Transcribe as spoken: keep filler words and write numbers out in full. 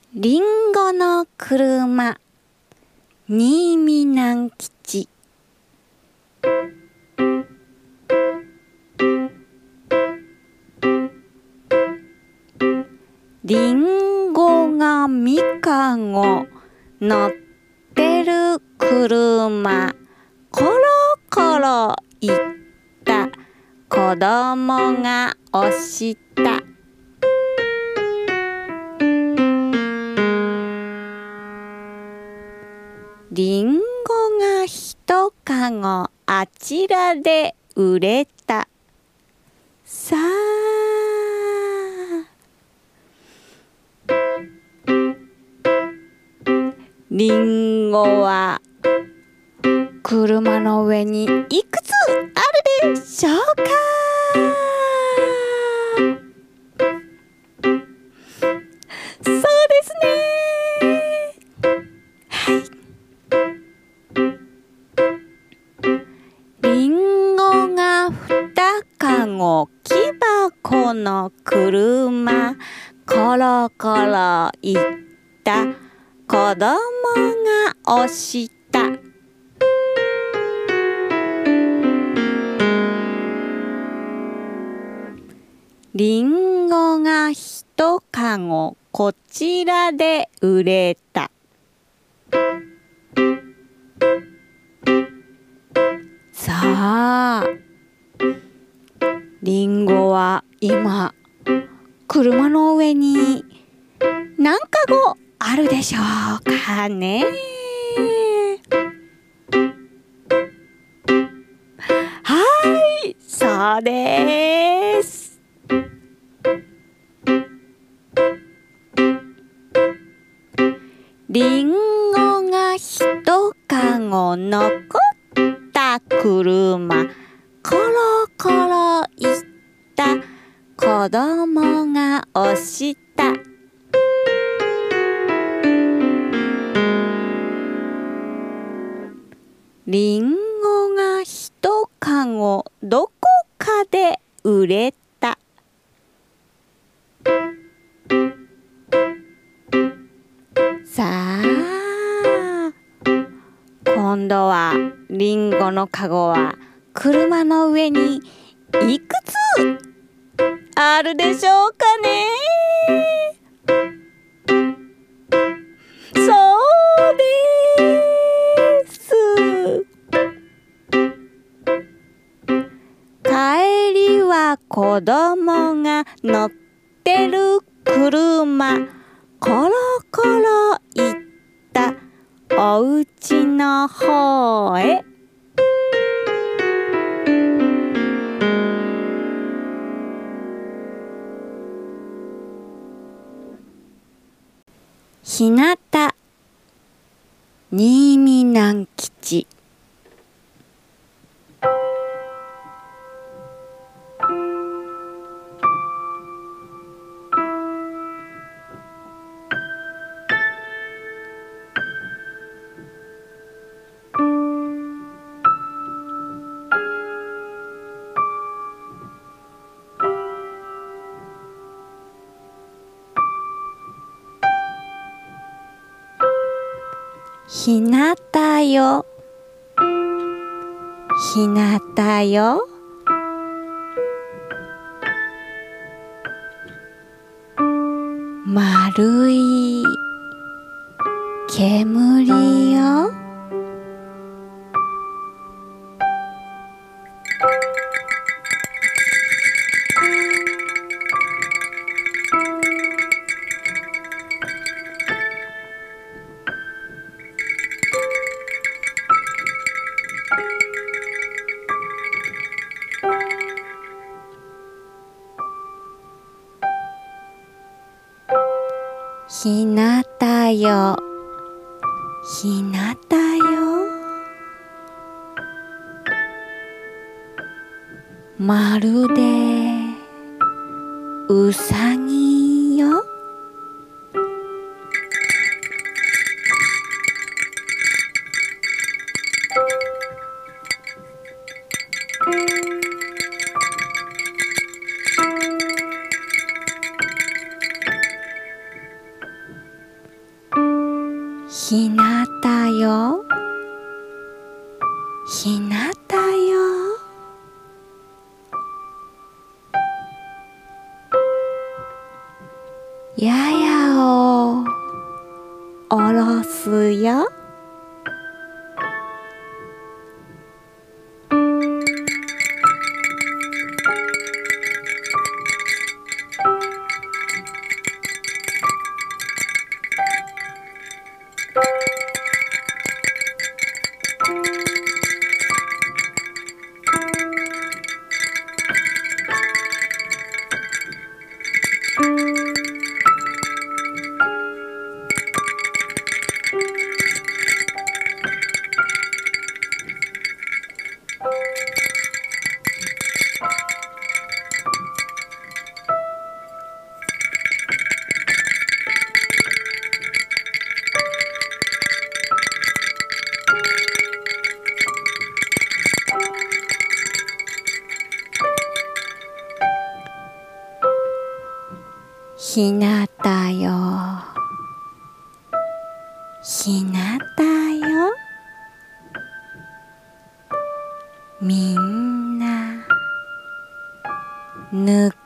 りんごの車、新見南吉。りんごがみかご乗ってる車、コロコロいった子供が押した。りんごが一かごあちらで売れた。さありんごは車の上にいくつあるでしょうか？そうですね。はい。りんごが二かご木箱の車、コロコロいった子供が押した。りんごが一かごこちらで売れた。さありんごは今車の上に何かごあるでしょうかね。はい、そうです。りんごが一かご残った車、コロコロいった子供が押した。りんごが一かごどこかで売れた。さあ今度はりんごのかごは車の上にいくつあるでしょうかね。そうです。帰りは子供が乗ってる車、コロコロいったおうちの方へ。ひなた、新見南吉。ひなたよ、ひなたよ。丸い煙よ。ひなたよ、ひなたよ。まるでうさぎよ。 ひなたよひなたよややをおろすよひなたよひなたよみんなぬ